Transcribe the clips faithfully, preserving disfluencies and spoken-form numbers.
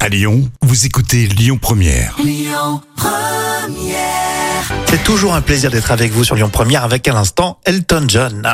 À Lyon, vous écoutez Lyon Première. Lyon Première. C'est toujours un plaisir d'être avec vous sur Lyon Première avec à l'instant Elton John.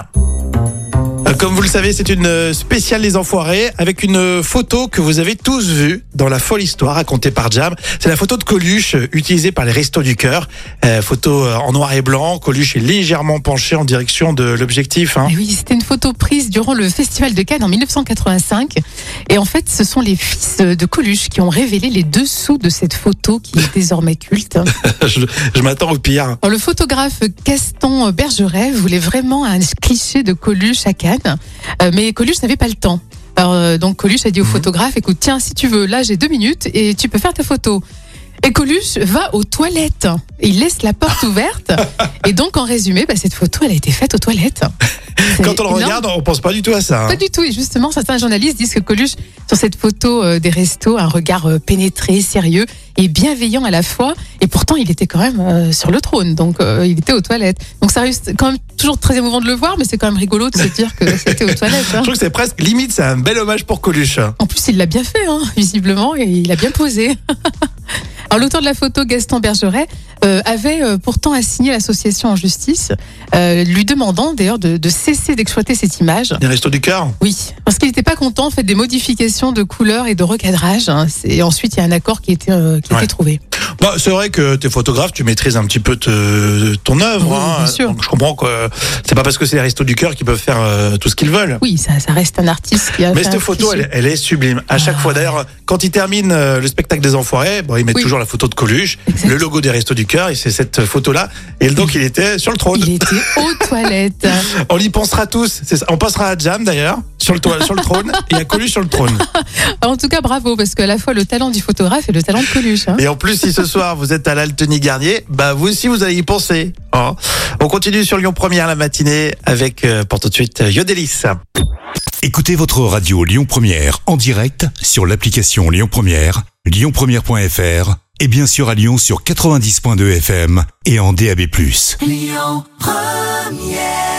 Comme vous le savez, c'est une spéciale Les Enfoirés avec une photo que vous avez tous vue dans la folle histoire racontée par Jam. C'est la photo de Coluche utilisée par les Restos du Cœur. Euh, photo en noir et blanc. Coluche est légèrement penché en direction de l'objectif. Hein. Et oui, c'était une photo prise durant le Festival de Cannes en dix-neuf cent quatre-vingt-cinq. Et en fait, ce sont les fils de Coluche qui ont révélé les dessous de cette photo qui est désormais culte. je, je m'attends au pire. Alors, le photographe Gaston Bergeret voulait vraiment un cliché de Coluche à Cannes. Euh, mais Coluche n'avait pas le temps. Alors, euh, donc Coluche a dit au photographe, écoute, tiens, si tu veux, là j'ai deux minutes et tu peux faire ta photo. Et Coluche va aux toilettes. Il laisse la porte ouverte. Et donc, en résumé, bah, cette photo, elle a été faite aux toilettes. C'est Quand on le énorme. regarde, on pense pas du tout à ça. Hein. Pas du tout. Et justement, certains journalistes disent que Coluche, sur cette photo euh, des restos, a un regard euh, pénétré, sérieux et bienveillant à la fois. Et pourtant, il était quand même euh, sur le trône. Donc, euh, il était aux toilettes. Donc, ça reste quand même toujours très émouvant de le voir, mais c'est quand même rigolo de se dire que c'était aux toilettes. Hein. Je trouve que c'est presque, limite, c'est un bel hommage pour Coluche. En plus, il l'a bien fait, hein, visiblement, et il a bien posé. Alors, l'auteur de la photo, Gaston Bergeret, euh, avait euh, pourtant assigné l'association en justice, euh, lui demandant d'ailleurs de, de cesser d'exploiter cette image. Les Restos du Cœur. Oui, parce qu'il n'était pas content en fait des modifications de couleurs et de recadrage. Hein. Et ensuite, il y a un accord qui a été, euh, qui a Ouais. été trouvé. Bah, c'est vrai que t'es photographe, tu maîtrises un petit peu te, ton œuvre. Oui, hein. bien sûr. Donc je comprends que c'est pas parce que c'est les Restos du Cœur qu'ils peuvent faire euh, tout ce qu'ils veulent. Oui, ça, ça reste un artiste qui a Mais fait cette un photo, cliché. elle, elle est sublime. À chaque Ah. fois, d'ailleurs, quand ils terminent euh, le spectacle des Enfoirés, bon, ils mettent Oui. toujours la photo de Coluche, Exact. le logo des Restos du Cœur, et c'est cette photo-là. Et donc, il était sur le trône. Il était aux toilettes. On y pensera tous. C'est ça. On passera à Jam, d'ailleurs, sur le, to- sur le trône. Et il y a Coluche sur le trône. En tout cas, bravo, parce qu'à la fois le talent du photographe et le talent de Coluche. Hein. Et en plus, si ce soir vous êtes à l'Alteny Garnier, bah vous aussi vous allez y penser. Hein. On continue sur Lyon Première la matinée avec euh, pour tout de suite Yodelis. Écoutez votre radio Lyon Première en direct sur l'application Lyon Première, lyon première point f r et bien sûr à Lyon sur quatre-vingt-dix point deux F M et en D A B plus. Lyon Première.